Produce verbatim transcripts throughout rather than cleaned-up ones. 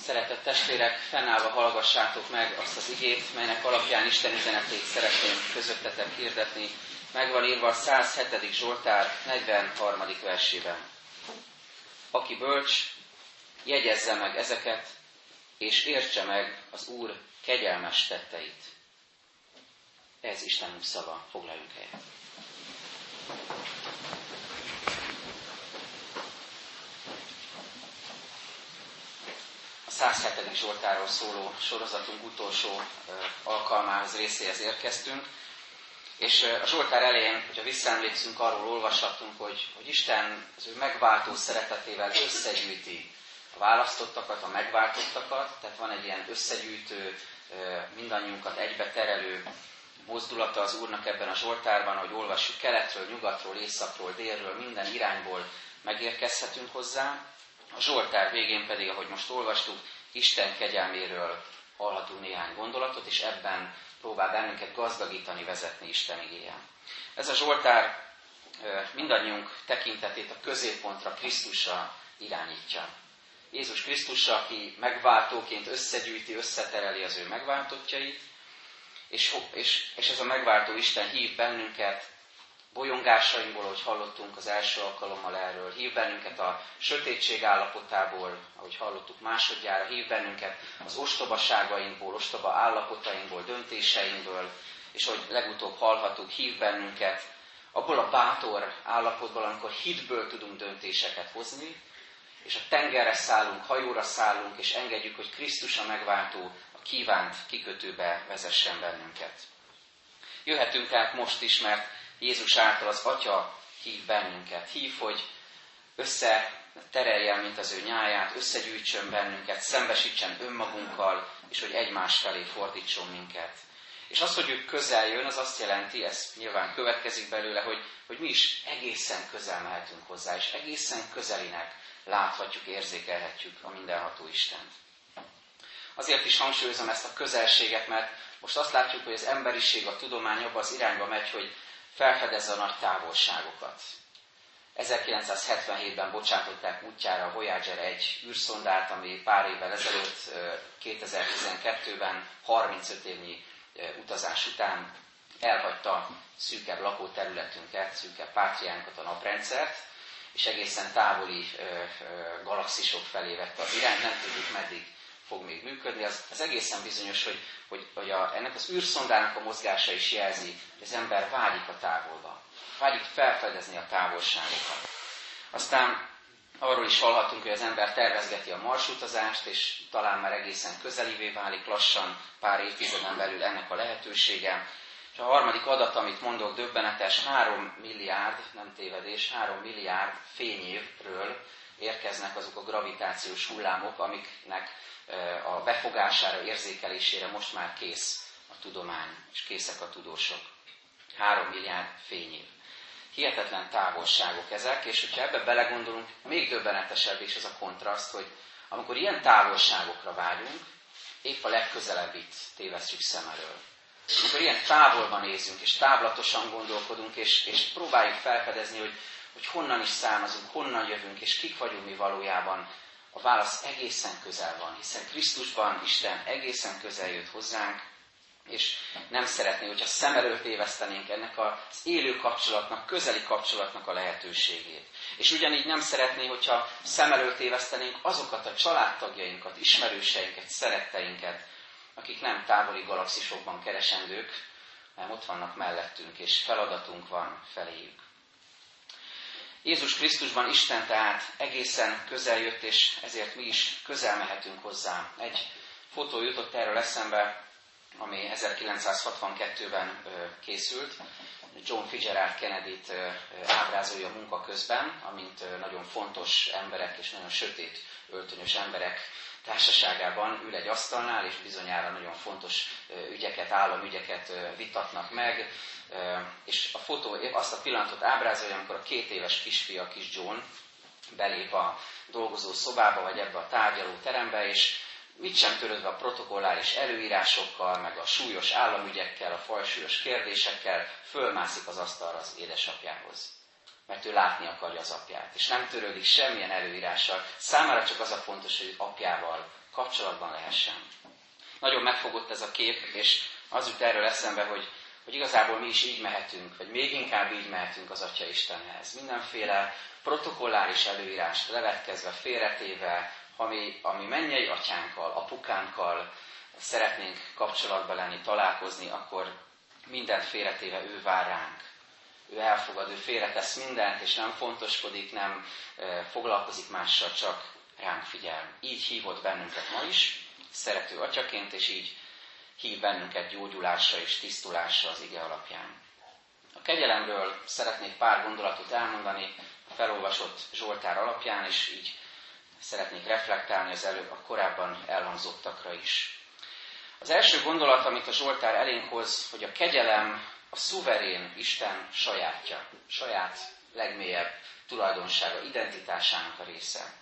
Szeretett testvérek, fennállva hallgassátok meg azt az igét, melynek alapján Isten üzenetét szeretném közöttetek hirdetni. Meg van írva a száz hetedik Zsoltár negyvenharmadik versében. Aki bölcs, jegyezze meg ezeket, és értse meg az Úr kegyelmes tetteit. Ez Istenünk szava, foglaljunk helyet. A száz hetedik Zsoltárról szóló sorozatunk utolsó alkalmához, részéhez érkeztünk, és a Zsoltár elején, hogyha visszaemlékszünk, arról olvashatunk, hogy, hogy Isten az ő megváltó szeretetével összegyűjti a választottakat, a megváltottakat, tehát van egy ilyen összegyűjtő, mindannyiunkat egybe terelő mozdulata az Úrnak ebben a Zsoltárban, ahogy olvassuk, keletről, nyugatról, északról, délről, minden irányból megérkezhetünk hozzá. A Zsoltár végén pedig, ahogy most olvastuk, Isten kegyelméről hallhatunk néhány gondolatot, és ebben próbál bennünket gazdagítani, vezetni Isten igéje. Ez a Zsoltár mindannyiunk tekintetét a középpontra, Krisztusra irányítja. Jézus Krisztusra, aki megváltóként összegyűjti, összetereli az ő megváltottjait, és, és, és ez a megváltó Isten hív bennünket bolyongásainkból, ahogy hallottunk az első alkalommal erről, hív bennünket a sötétség állapotából, ahogy hallottuk másodjára, hív bennünket az ostobaságainkból, ostoba állapotainkból, döntéseinkből, és ahogy legutóbb hallhattuk, hív bennünket abból a bátor állapotból, amikor hitből tudunk döntéseket hozni, és a tengerre szállunk, hajóra szállunk, és engedjük, hogy Krisztus a megváltó a kívánt kikötőbe vezessen bennünket. Jöhetünk át most is, mert Jézus által az Atya hív bennünket. Hív, hogy összetereljen, mint az ő nyáját, összegyűjtsön bennünket, szembesítsen önmagunkkal, és hogy egymás felé fordítson minket. És az, hogy ő közel jön, az azt jelenti, ez nyilván következik belőle, hogy, hogy mi is egészen közel mehetünk hozzá, és egészen közelinek láthatjuk, érzékelhetjük a mindenható Istent. Azért is hangsúlyozom ezt a közelséget, mert most azt látjuk, hogy az emberiség, a tudomány abba az irányba megy, hogy felfedezze a nagy távolságokat. ezerkilencszázhetvenhétben bocsátották útjára a Voyager egy űrszondát, ami pár évvel ezelőtt, kétezer-tizenkettőben, harmincöt évnyi utazás után elhagyta szűkebb lakóterületünket, szűkebb pátriánkat, a naprendszert, és egészen távoli galaxisok felé vette az irányt, nem tudjuk meddig fog még működni. Az, az egészen bizonyos, hogy, hogy, hogy a, ennek az űrszondának a mozgása is jelzi, hogy az ember vágyik a távolba. Vágyik felfedezni a távolságokat. Aztán arról is hallhatunk, hogy az ember tervezgeti a marsutazást, és talán már egészen közelivé válik lassan, pár évtizeden belül ennek a lehetősége. És a harmadik adat, amit mondok, döbbenetes, három milliárd, nem tévedés, három milliárd fényévről érkeznek azok a gravitációs hullámok, amiknek a befogására, érzékelésére most már kész a tudomány, és készek a tudósok. Három milliárd fényév. Hihetetlen távolságok ezek, és hogyha ebbe belegondolunk, még döbbenetesebb is ez a kontraszt, hogy amikor ilyen távolságokra vágyunk, épp a legközelebbit tévesszük szem elől. Amikor ilyen távolban nézünk, és távlatosan gondolkodunk, és, és próbáljuk felfedezni, hogy, hogy honnan is származunk, honnan jövünk, és kik vagyunk mi valójában, a válasz egészen közel van, hiszen Krisztusban Isten egészen közel jött hozzánk, és nem szeretné, hogyha szem előtt tévesztenénk ennek az élő kapcsolatnak, közeli kapcsolatnak a lehetőségét. És ugyanígy nem szeretné, hogyha szem előtt tévesztenénk azokat a családtagjainkat, ismerőseinket, szeretteinket, akik nem távoli galaxisokban keresendők, hanem ott vannak mellettünk, és feladatunk van feléjük. Jézus Krisztusban Isten tehát egészen közel jött, és ezért mi is közel mehetünk hozzá. Egy fotó jutott erről eszembe, ami ezerkilencszázhatvankettőben készült. John Fitzgerald Kennedyt ábrázolja a munka közben, amint nagyon fontos emberek és nagyon sötét öltönyös emberek társaságában ül egy asztalnál, és bizonyára nagyon fontos ügyeket, államügyeket vitatnak meg. És a fotó azt a pillanatot ábrázolja, amikor a két éves kisfia, kis John belép a dolgozó szobába, vagy ebbe a tárgyaló terembe, és mit sem törődve a protokolláris előírásokkal, meg a súlyos államügyekkel, a fajsúlyos kérdésekkel, fölmászik az asztalra az édesapjához. Mert ő látni akarja az apját, és nem törődik semmilyen előírással. Számára csak az a fontos, hogy apjával kapcsolatban lehessen. Nagyon megfogott ez a kép, és az jut erről eszembe, hogy, hogy igazából mi is így mehetünk, vagy még inkább így mehetünk az Atya Istenhez. Mindenféle protokolláris előírást levetkezve, félretéve, ami, ami mennyei atyánkkal, apukánkkal szeretnénk kapcsolatban lenni, találkozni, akkor mindent félretéve ő vár ránk. Ő elfogad, ő félretesz mindent, és nem fontoskodik, nem e, foglalkozik mással, csak ránk figyel. Így hívott bennünket ma is, szerető atyaként, és így hív bennünket gyógyulásra és tisztulásra az ige alapján. A kegyelemről szeretnék pár gondolatot elmondani a felolvasott Zsoltár alapján, és így szeretnék reflektálni az előbb a korábban elhangzottakra is. Az első gondolat, amit a Zsoltár elénk hoz, hogy a kegyelem a szuverén Isten sajátja, saját legmélyebb tulajdonsága, identitásának a része.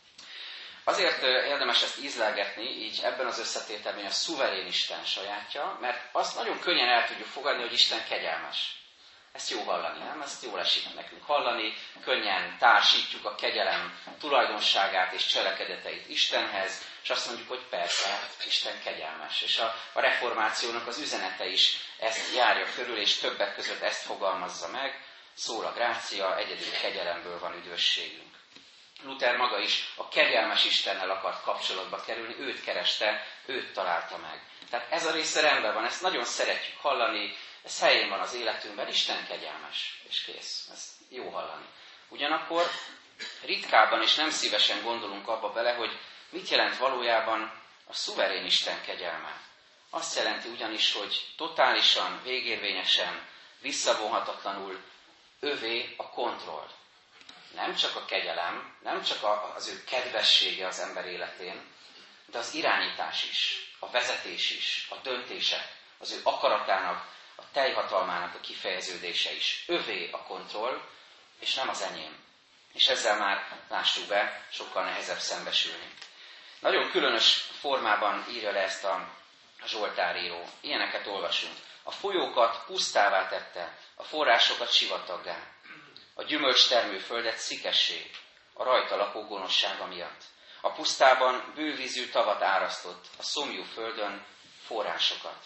Azért érdemes ezt ízlelgetni, így ebben az összetételben a szuverén Isten sajátja, mert azt nagyon könnyen el tudjuk fogadni, hogy Isten kegyelmes. Ezt jó hallani, nem? Ezt jól esik nekünk hallani, könnyen társítjuk a kegyelem tulajdonságát és cselekedeteit Istenhez, és azt mondjuk, hogy persze, Isten kegyelmes. És a, a reformációnak az üzenete is ezt járja körül, és többek között ezt fogalmazza meg, szól a grácia, egyedül kegyelemből van üdvösségünk. Luther maga is a kegyelmes Istennel akart kapcsolatba kerülni, őt kereste, őt találta meg. Tehát ez a része rendben van, ezt nagyon szeretjük hallani, ez helyén van az életünkben, Isten kegyelmes, és kész. Ezt jó hallani. Ugyanakkor ritkábban és nem szívesen gondolunk abba bele, hogy mit jelent valójában a szuverén Isten kegyelme. Azt jelenti ugyanis, hogy totálisan, végérvényesen, visszavonhatatlanul övé a kontroll. Nem csak a kegyelem, nem csak az ő kedvessége az ember életén, de az irányítás is, a vezetés is, a döntések, az ő akaratának, a teljhatalmának a kifejeződése is. Övé a kontroll, és nem az enyém. És ezzel már, lássuk be, sokkal nehezebb szembesülni. Nagyon különös formában írja le ezt a Zsoltáríró. Ilyeneket olvasunk. A folyókat pusztává tette, a forrásokat sivataggá. A gyümölcstermő földet szikesség, a rajta lakó gonoszsága miatt. A pusztában bővízű tavat árasztott, a szomjú földön forrásokat.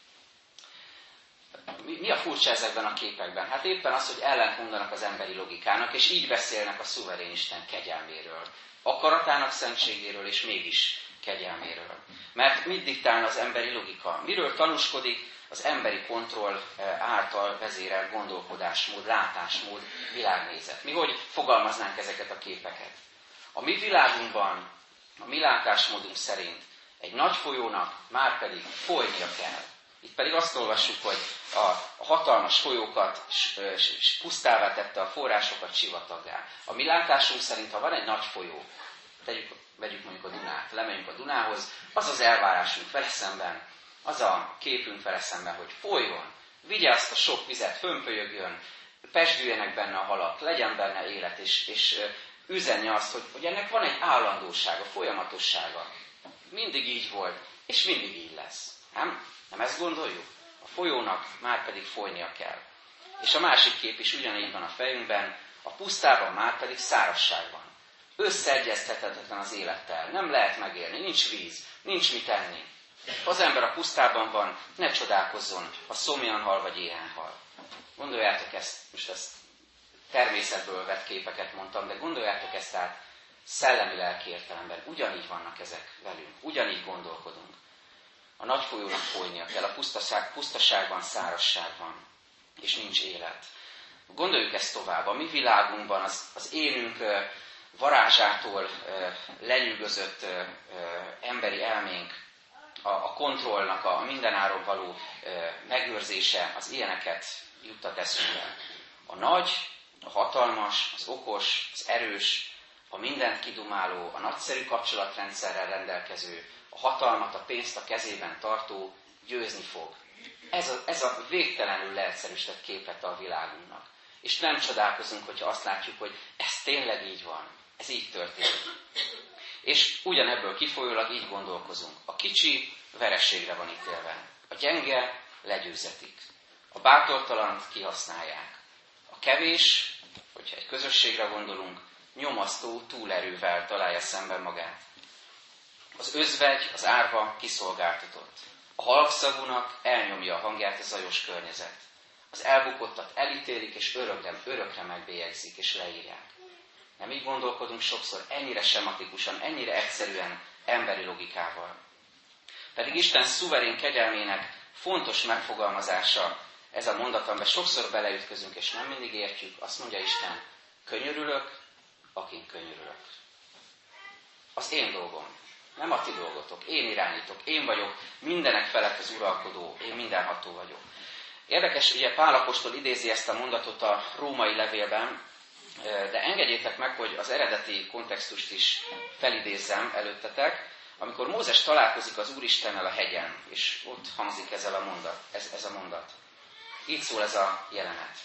Mi, mi a furcsa ezekben a képekben? Hát éppen az, hogy ellentmondanak az emberi logikának, és így beszélnek a szuverén Isten kegyelméről, akaratának szentségéről, és mégis kegyelméről. Mert mit diktálna az emberi logika? Miről tanúskodik az emberi kontroll által vezérelt gondolkodásmód, látásmód, világnézet? Mi hogy fogalmaznánk ezeket a képeket? A mi világunkban, a mi látásmódunk szerint egy nagy folyónak már pedig folynia kell. Itt pedig azt olvassuk, hogy a hatalmas folyókat pusztává tette, a forrásokat sivataggá. A mi látásunk szerint, ha van egy nagy folyó, tegyük, vegyük mondjuk a Dunát, lemegyünk a Dunához, az az elvárásunk vele szemben, az a képünk vele szemben, hogy folyjon, vigye azt a sok vizet, fönnpölyögjön, pezsgőjenek benne a halak, legyen benne élet, és, és üzenje azt, hogy, hogy ennek van egy állandósága, folyamatossága. Mindig így volt, és mindig így lesz. Nem? Nem ezt gondoljuk? A folyónak már pedig folynia kell. És a másik kép is ugyanígy van a fejünkben, a pusztában már pedig szárazság van. Összeegyeztethetetlen az élettel, nem lehet megélni, nincs víz, nincs mit enni. Ha az ember a pusztában van, ne csodálkozzon, ha szomjan hal vagy éhen hal. Gondoljátok ezt, most ezt természetből vett képeket mondtam, de gondoljátok ezt át szellemi lelki értelemben. Ugyanígy vannak ezek velünk, ugyanígy gondolkodunk. A nagy folyónak folynia kell, a pusztaság, pusztaságban szárazság van, és nincs élet. Gondoljuk ezt tovább. A mi világunkban az, az énünk varázsától lenyűgözött emberi elménk, a, a kontrollnak a mindenáron való megőrzése, az ilyeneket juttat eszünkbe. A nagy, a hatalmas, az okos, az erős, a mindent kidumáló, a nagyszerű kapcsolatrendszerrel rendelkező, a hatalmat, a pénzt a kezében tartó győzni fog. Ez a, ez a végtelenül leegyszerűsített képlet a világunknak. És nem csodálkozunk, hogyha azt látjuk, hogy ez tényleg így van. Ez így történik. És ugyanebből kifolyólag így gondolkozunk. A kicsi vereségre van ítélve. A gyenge legyőzetik. A bátortalant kihasználják. A kevés, hogyha egy közösségre gondolunk, nyomasztó túlerővel találja szemben magát. Az özvegy, az árva kiszolgáltatott. A halkszavúnak elnyomja a hangját a zajos környezet. Az elbukottat elítélik, és örökre, örökre megbélyegzik, és leírják. Nem így gondolkodunk sokszor, ennyire sematikusan, ennyire egyszerűen, emberi logikával. Pedig Isten szuverén kegyelmének fontos megfogalmazása ez a mondat, amiben sokszor beleütközünk, és nem mindig értjük. Azt mondja Isten, könyörülök, akin könyörülök. Az én dolgom, nem a ti dolgotok. Én irányítok, én vagyok mindenek felett az uralkodó, én mindenható vagyok. Érdekes, ugye Pál apostol idézi ezt a mondatot a római levélben, de engedjétek meg, hogy az eredeti kontextust is felidézzem előttetek, amikor Mózes találkozik az Úristennel a hegyen, és ott hangzik ezzel a mondat, ez, ez a mondat. Így szól ez a jelenet.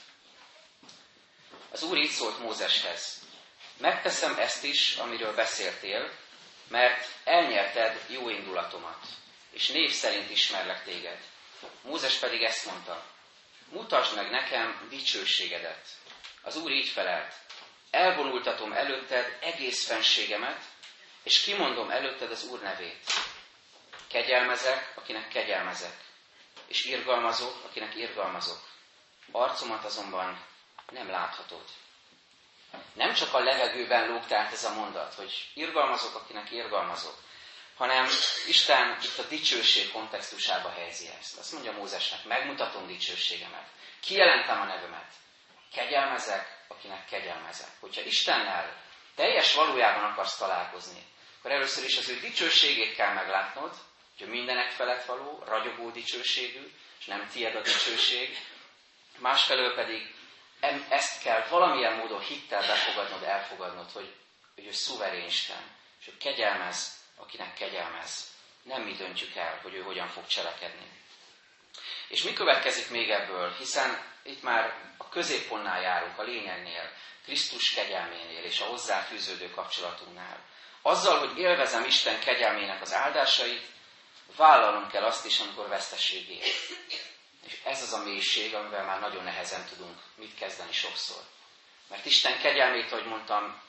Az Úr így szólt Mózeshez. Megteszem ezt is, amiről beszéltél, mert elnyerted jó indulatomat, és név szerint ismerlek téged. Mózes pedig ezt mondta. Mutasd meg nekem dicsőségedet. Az Úr így felelt. Elvonultatom előtted egész fenségemet, és kimondom előtted az Úr nevét. Kegyelmezek, akinek kegyelmezek, és irgalmazok, akinek irgalmazok. Arcomat azonban nem láthatod. Nem csak a levegőben lógt át ez a mondat, hogy irgalmazok, akinek irgalmazok, hanem Isten itt a dicsőség kontextusába helyezi ezt. Azt mondja Mózesnek, megmutatom dicsőségemet, kijelentem a nevemet, kegyelmezek, akinek kegyelmezek. Hogyha Istennel teljes valójában akarsz találkozni, akkor először is az ő dicsőségét kell meglátnod, hogy mindenek felett való, ragyogó dicsőségű, és nem tied a dicsőség. Másfelől pedig ezt kell valamilyen módon hittel befogadnod, elfogadnod, hogy, hogy ő szuverén Isten, és ő kegyelmez, akinek kegyelmez. Nem mi döntjük el, hogy ő hogyan fog cselekedni. És mi következik még ebből, hiszen itt már a középpontnál járunk, a lényegnél, Krisztus kegyelménél és a hozzáfűződő kapcsolatunknál. Azzal, hogy élvezem Isten kegyelmének az áldásait, vállalnom kell azt is, amikor veszteségét. És ez az a mélység, amivel már nagyon nehezen tudunk mit kezdeni sokszor. Mert Isten kegyelmét, ahogy mondtam,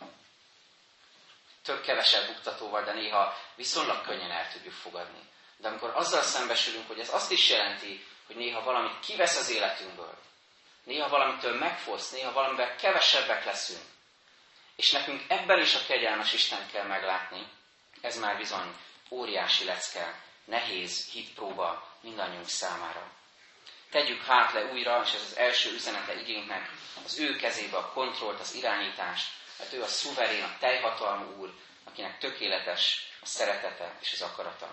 több kevesebb buktatóval, de néha viszonylag könnyen el tudjuk fogadni. De amikor azzal szembesülünk, hogy ez azt is jelenti, hogy néha valamit kivesz az életünkből, néha valamitől megfosz, néha valamivel kevesebbek leszünk, és nekünk ebben is a kegyelmes Istent kell meglátni, ez már bizony óriási lecke, nehéz hitpróba mindannyiunk számára. Tegyük hát le újra, és ez az első üzenete igénynek, az ő kezébe a kontrollt, az irányítást, mert ő a szuverén, a teljhatalmú Úr, akinek tökéletes a szeretete és az akarata.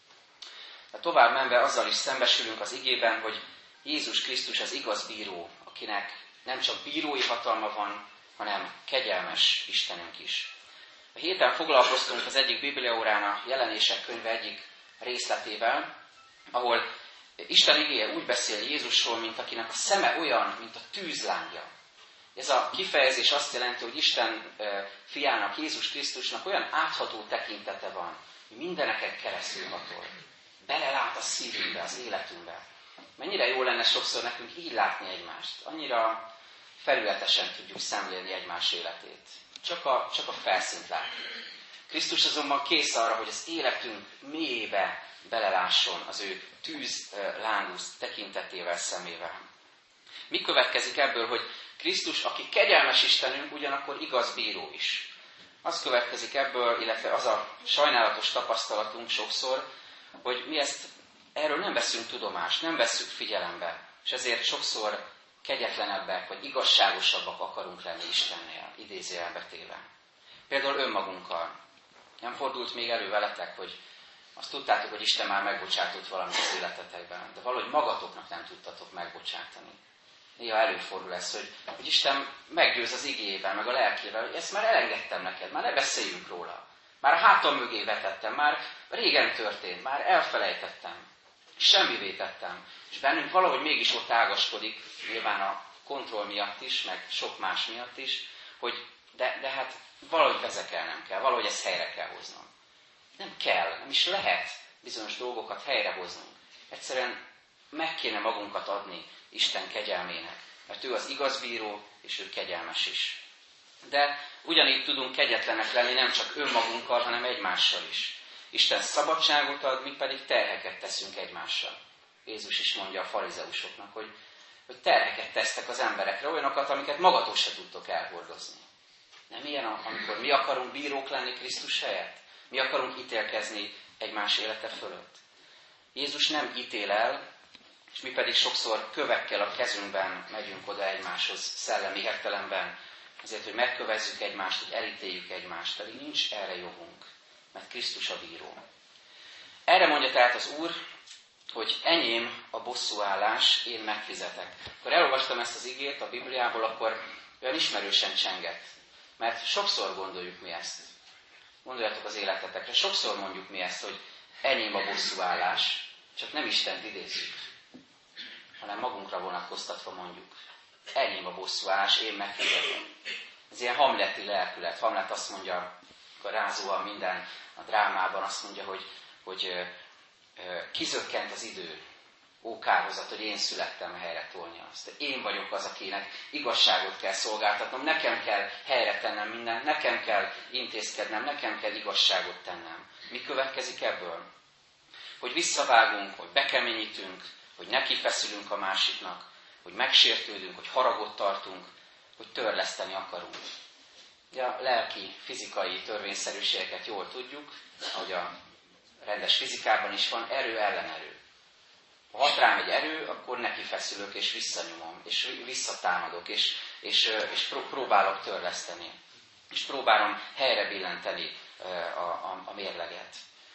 De tovább menve azzal is szembesülünk az igében, hogy Jézus Krisztus az igaz bíró, akinek nem csak bírói hatalma van, hanem kegyelmes Istenünk is. A héten foglalkoztunk az egyik bibliaórán a Jelenések könyve egyik részletével, ahol Isten igéje úgy beszél Jézusról, mint akinek a szeme olyan, mint a tűzlángja. Ez a kifejezés azt jelenti, hogy Isten fiának, Jézus Krisztusnak olyan átható tekintete van, hogy mindeneket keresztül hatol. Belelát a szívünkbe, az életünkbe. Mennyire jó lenne sokszor nekünk így látni egymást. Annyira felületesen tudjuk szemlélni egymás életét. Csak a, csak a felszínt látni. Krisztus azonban kész arra, hogy az életünk mélyébe belelásson az ő tűzlángú tekintetével, szemével. Mi következik ebből, hogy Krisztus, aki kegyelmes Istenünk, ugyanakkor igaz bíró is. Az következik ebből, illetve az a sajnálatos tapasztalatunk sokszor, hogy mi ezt erről nem veszünk tudomást, nem vesszük figyelembe, és ezért sokszor kegyetlenebbek, vagy igazságosabbak akarunk lenni Istennél, idézőjelbe téve. Például önmagunkkal. Nem fordult még elő veletek, hogy azt tudtátok, hogy Isten már megbocsátott valamit az életetekben, de valahogy magatoknak nem tudtatok megbocsátani. Néha előfordul ez, hogy, hogy Isten meggyőz az igéjében, meg a lelkével, hogy ezt már elengedtem neked, már ne beszéljünk róla. Már a hátam mögé vetettem, már régen történt, már elfelejtettem. Semmivé tettem. És bennünk valahogy mégis ott ágaskodik, nyilván a kontroll miatt is, meg sok más miatt is, hogy de, de hát valahogy vezekelnem kell, valahogy ezt helyre kell hoznom. Nem kell, nem is lehet bizonyos dolgokat helyrehoznunk. Egyszerűen meg kéne magunkat adni Isten kegyelmének, mert ő az igaz bíró, és ő kegyelmes is. De ugyanígy tudunk kegyetlenek lenni nem csak önmagunkkal, hanem egymással is. Isten szabadságot ad, mi pedig terheket teszünk egymással. Jézus is mondja a farizeusoknak, hogy, hogy terheket tesztek az emberekre, olyanokat, amiket magatok se tudtok elhordozni. Nem ilyen, amikor mi akarunk bírók lenni Krisztus helyett? Mi akarunk ítélkezni egymás élete fölött? Jézus nem ítél el, és mi pedig sokszor kövekkel a kezünkben megyünk oda egymáshoz szellemi értelemben, azért, hogy megkövezzük egymást, hogy elítéljük egymást, pedig nincs erre jogunk, mert Krisztus a bíró. Erre mondja tehát az Úr, hogy enyém a bosszúállás, én megfizetek. Akkor elolvastam ezt az igét a Bibliából, akkor olyan ismerősen csengett. Mert sokszor gondoljuk mi ezt. Gondoljatok az életetekre. Sokszor mondjuk mi ezt, hogy enyém a bosszúállás, csak nem Istent idézzük, hanem magunkra vonatkoztatva mondjuk. Enyém a bosszúállás, én megfizetem. Ez ilyen hamleti lelkület. Hamlet azt mondja, akkor rázóan minden a drámában azt mondja, hogy, hogy kizökkent az idő, ó kárhozat, hogy én születtem helyre tolni azt. Én vagyok az, akinek igazságot kell szolgáltatnom, nekem kell helyre tennem mindent, nekem kell intézkednem, nekem kell igazságot tennem. Mi következik ebből? Hogy visszavágunk, hogy bekeményítünk, hogy nekifeszülünk a másiknak, hogy megsértődünk, hogy haragot tartunk, hogy törleszteni akarunk. Ugye a lelki, fizikai törvényszerűségeket jól tudjuk, ahogy a rendes fizikában is van, erő ellen erő. Ha hat rám egy erő, akkor neki feszülök, és visszanyomom, és visszatámadok, és, és, és próbálok törleszteni. És próbálom helyre billenteni a, a, a mérleget.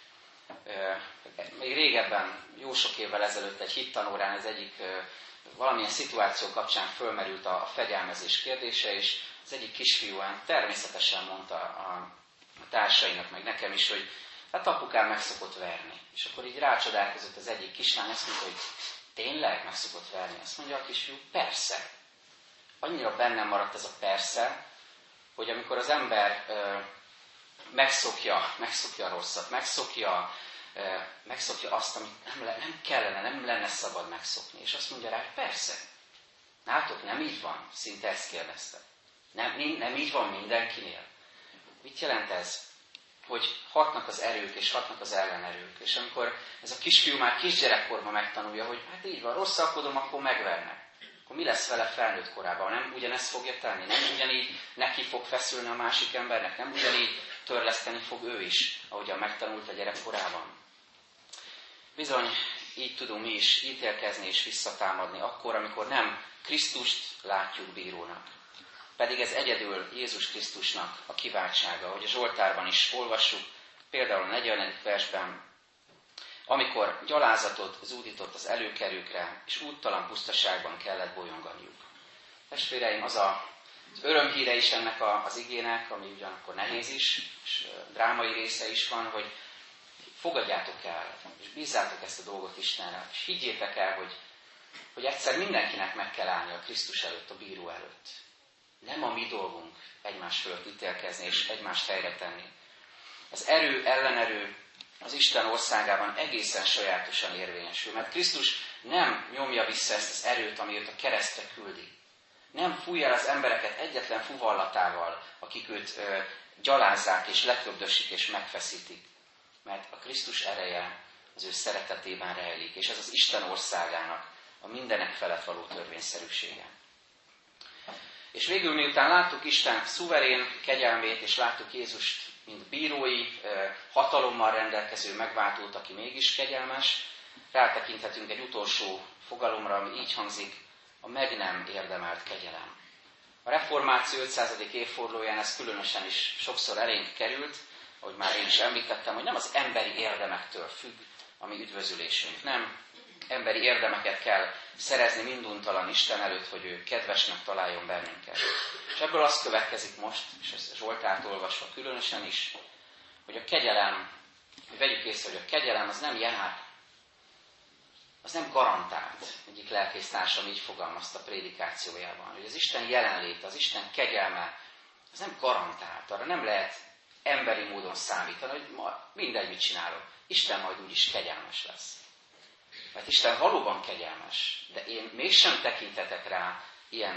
Még régebben, jó sok évvel ezelőtt egy hittanórán az egyik valamilyen szituáció kapcsán fölmerült a fegyelmezés kérdése, és az egyik kisfiúán természetesen mondta a, a társainak, meg nekem is, hogy hát apukám meg szokott verni. És akkor így rácsodálkozott az egyik kislány, azt mondta, hogy tényleg meg szokott verni? Azt mondja a kisfiú, persze. Annyira bennem maradt ez a persze, hogy amikor az ember ö, megszokja, megszokja a rosszat, megszokja, ö, megszokja azt, amit nem, le, nem kellene, nem lenne szabad megszokni. És azt mondja rá, hogy persze. Nátok nem így van? Szinte ezt kérdezte. Nem, nem így van mindenkinél? Mit jelent ez? Hogy hatnak az erők, és hatnak az ellenerők. És amikor ez a kisfiú már kisgyerekkorban megtanulja, hogy hát így van, rosszalkodom, akkor megvernek. Akkor mi lesz vele felnőtt korában? Nem ugyanezt fogja tenni? Nem ugyanígy neki fog feszülni a másik embernek? Nem ugyanígy törleszteni fog ő is, ahogyan megtanult a gyerekkorában? Bizony, így tudunk mi is ítélkezni és visszatámadni akkor, amikor nem Krisztust látjuk bírónak. Pedig ez egyedül Jézus Krisztusnak a kiváltsága, ahogy a Zsoltárban is olvassuk, például a negyvenedik versben, amikor gyalázatot zúdított az előkerükre, és úttalan pusztaságban kellett bolyonganiuk. Testvéreim, az a, az örömhíre is ennek a, az igének, ami ugyanakkor nehéz is, és drámai része is van, hogy fogadjátok el, és bízzátok ezt a dolgot Istenre, és higgyétek el, hogy, hogy egyszer mindenkinek meg kell állni a Krisztus előtt, a bíró előtt. Nem a mi dolgunk egymás fölött ítélkezni és egymást helyre tenni. Az erő, ellenerő az Isten országában egészen sajátosan érvényesül, mert Krisztus nem nyomja vissza ezt az erőt, ami őt a keresztre küldi. Nem fújja el az embereket egyetlen fuvallatával, akik őt ö, gyalázzák és leköbdösik és megfeszítik. Mert a Krisztus ereje az ő szeretetében rejlik, és ez az Isten országának a mindenek felett való törvényszerűsége. És végül, miután láttuk Isten szuverén kegyelmét, és láttuk Jézust, mint bírói, hatalommal rendelkező megváltót, aki mégis kegyelmes, rátekinthetünk egy utolsó fogalomra, ami így hangzik, a meg nem érdemelt kegyelem. A reformáció ötszázadik évfordulóján ez különösen is sokszor elénk került, ahogy már én is említettem, hogy nem az emberi érdemektől függ a mi üdvözülésünk, nem emberi érdemeket kell szerezni minduntalan Isten előtt, hogy ő kedvesnek találjon bennünket. És ebből az következik most, és ezt Zsoltárt olvasva különösen is, hogy a kegyelem, hogy vegyük észre, hogy a kegyelem az nem jár, az nem garantált. Egyik lelkésztársam így fogalmazta a prédikációjában, hogy az Isten jelenléte, az Isten kegyelme, az nem garantált, arra nem lehet emberi módon számítani, hogy ma mindegy, mit csinálok, Isten majd úgyis kegyelmes lesz. Mert Isten valóban kegyelmes, de én mégsem tekintetek rá ilyen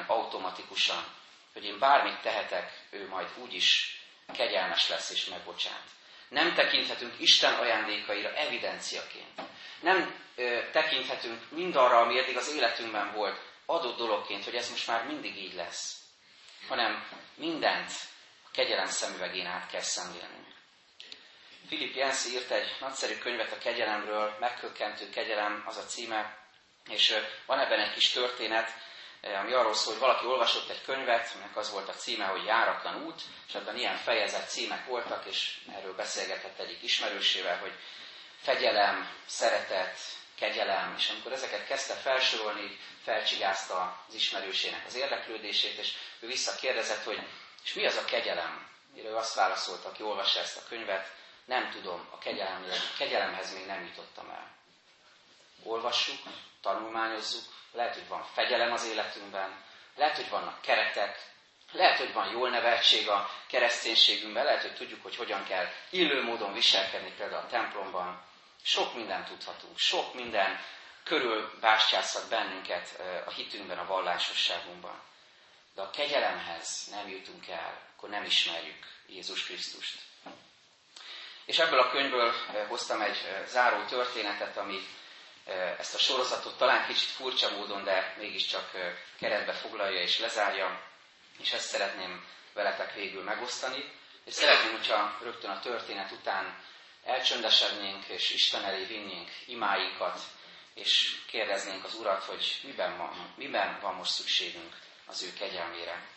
automatikusan, hogy én bármit tehetek, ő majd úgyis kegyelmes lesz és megbocsát. Nem tekinthetünk Isten ajándékaira evidenciaként. Nem ö, tekinthetünk mindarra, ami eddig az életünkben volt, adott dologként, hogy ez most már mindig így lesz. Hanem mindent a kegyelem szemüvegén át kell szemlélnünk. Philip Yancey írt egy nagyszerű könyvet a kegyelemről, Meghökkentő kegyelem az a címe, és van ebben egy kis történet, ami arról szól, hogy valaki olvasott egy könyvet, aminek az volt a címe, hogy Járatlan út, és ebben ilyen fejezett címek voltak, és erről beszélgetett egyik ismerősével, hogy fegyelem, szeretet, kegyelem, és amikor ezeket kezdte felsorolni, felcsigázta az ismerősének az érdeklődését, és ő visszakérdezett, hogy és mi az a kegyelem? Mire ő azt válaszolta, aki olvassa ezt a könyvet, nem tudom, a kegyelemhez még nem jutottam el. Olvassuk, tanulmányozzuk, lehet, hogy van fegyelem az életünkben, lehet, hogy vannak keretek, lehet, hogy van jól neveltség a kereszténységünkben, lehet, hogy tudjuk, hogy hogyan kell illő módon viselkedni például a templomban. Sok mindent tudhatunk, sok minden körül bástyázhat bennünket a hitünkben, a vallásosságunkban. De a kegyelemhez nem jutunk el, akkor nem ismerjük Jézus Krisztust. És ebből a könyvből hoztam egy záró történetet, ami ezt a sorozatot talán kicsit furcsa módon, de mégiscsak keretbe foglalja és lezárja, és ezt szeretném veletek végül megosztani. És szeretném, hogyha rögtön a történet után elcsöndesednénk, és Isten elé vinnénk imáinkat, és kérdeznénk az Urat, hogy miben van, miben van most szükségünk az ő kegyelmére.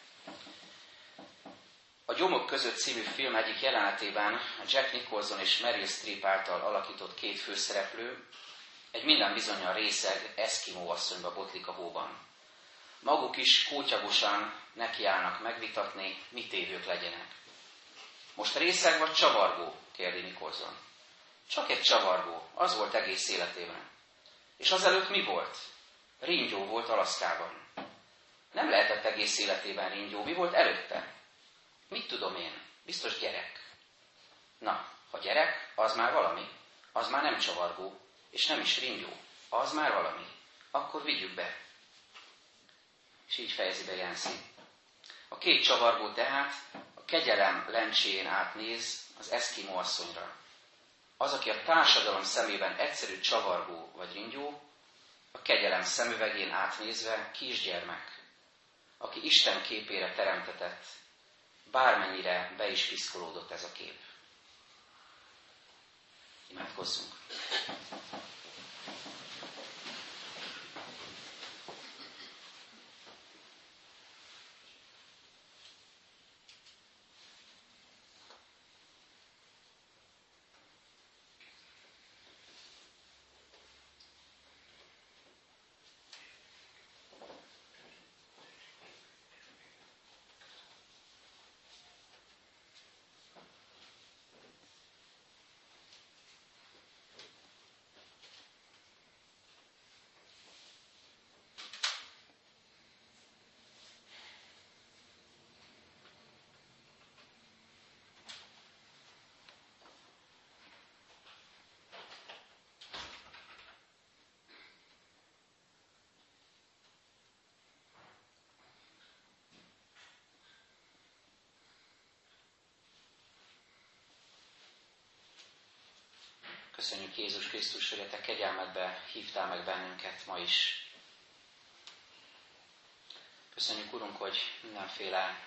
A Gyomok között című film egyik jelenetében a Jack Nicholson és Meryl Streep által alakított két főszereplő egy minden bizonnyal részeg eszkimó asszonyba botlik a hóban. Maguk is kótyagosan nekiállnak megvitatni, mit évők legyenek. Most részeg vagy csavargó? Kérdi Nicholson. Csak egy csavargó, az volt egész életében. És azelőtt mi volt? Ringyó volt Alaszkában. Nem lehetett egész életében ringyó, mi volt előtte? Mit tudom én? Biztos gyerek. Na, ha gyerek, az már valami. Az már nem csavargó, és nem is ringyó. Az már valami. Akkor vigyük be. És így fejezi be Yancey. A két csavargó tehát a kegyelem lencséjén átnéz az eszkimó asszonyra. Az, aki a társadalom szemében egyszerű csavargó vagy ringyó, a kegyelem szemüvegén átnézve kisgyermek, aki Isten képére teremtetett, bármennyire be is piszkolódott ez a kép. Imádkozzunk! Köszönjük Jézus Krisztus, hogy a te kegyelmedbe hívtál meg bennünket ma is. Köszönjük, Urunk, hogy mindenféle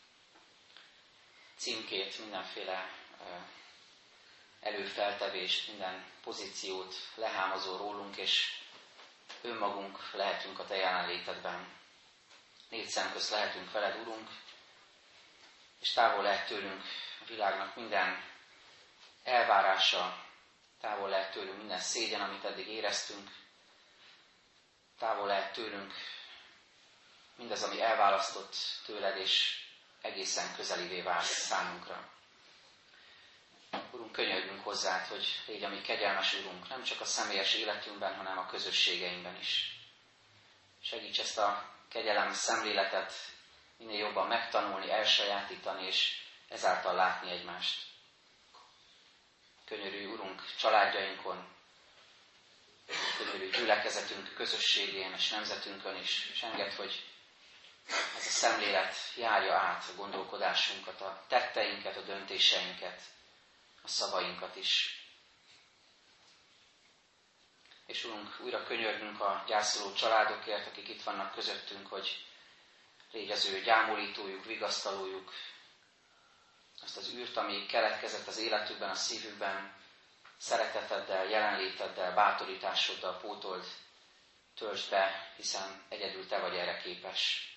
címkét, mindenféle előfeltevést, minden pozíciót lehámozó rólunk, és önmagunk lehetünk a te jelenlétedben. Négy szem közt lehetünk veled, Urunk, és távol lehet tőlünk a világnak minden elvárása, távol lehet tőlünk minden szégyen, amit eddig éreztünk, távol lehet tőlünk mindaz, ami elválasztott tőled, és egészen közelivé vált számunkra. Urunk, könyörgünk hozzád, hogy légy a mi kegyelmes Urunk, nem csak a személyes életünkben, hanem a közösségeinkben is. Segíts ezt a kegyelem szemléletet minél jobban megtanulni, elsajátítani, és ezáltal látni egymást. Könyörülj, Urunk, családjainkon, könyörülj gyülekezetünk közösségén és nemzetünkön is, és engedd, hogy ez a szemlélet járja át a gondolkodásunkat, a tetteinket, a döntéseinket, a a szavainkat is. És Urunk, újra könyörgünk a gyászoló családokért, akik itt vannak közöttünk, hogy légy az ő gyámolítójuk, vigasztalójuk, azt az űrt, ami keletkezett az életükben, a szívükben, szereteteddel, jelenléteddel, bátorításoddal pótold, töltsd be, hiszen egyedül Te vagy erre képes.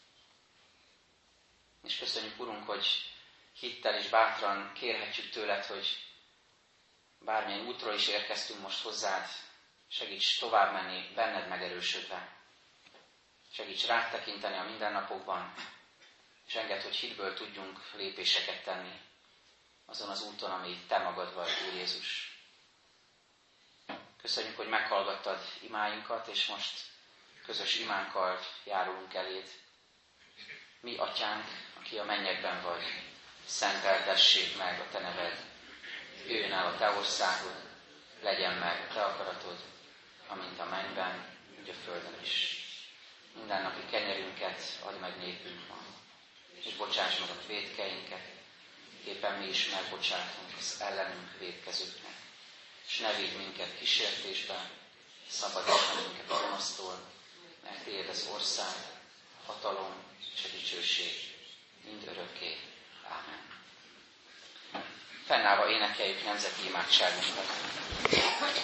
És köszönjük, Urunk, hogy hittel és bátran kérhetjük tőled, hogy bármilyen útról is érkeztünk most hozzád, segíts tovább menni, benned megerősödve. Segíts rád tekinteni a mindennapokban, és engedd, hogy hitből tudjunk lépéseket tenni azon az úton, ami Te magad vagy, Úr Jézus. Köszönjük, hogy meghallgattad imáinkat, és most közös imánkkal járulunk eléd. Mi, Atyánk, aki a mennyekben vagy, szenteltessék meg a Te neved. Jöjjön el a Te országod, legyen meg a Te akaratod, amint a mennyben, úgy a földön is. Mindennapi kenyerünket add meg nékünk ma, és bocsáss meg a vétkeinket, éppen mi is megbocsátunk az ellenünk vétkezőknek. És ne vigy minket kísértésbe, szabadíts meg minket a gonosztól, mert Tiéd az ország, a hatalom és a dicsőség mind örökké. Ámen. Fennállva énekeljük nemzeti imádságunkat.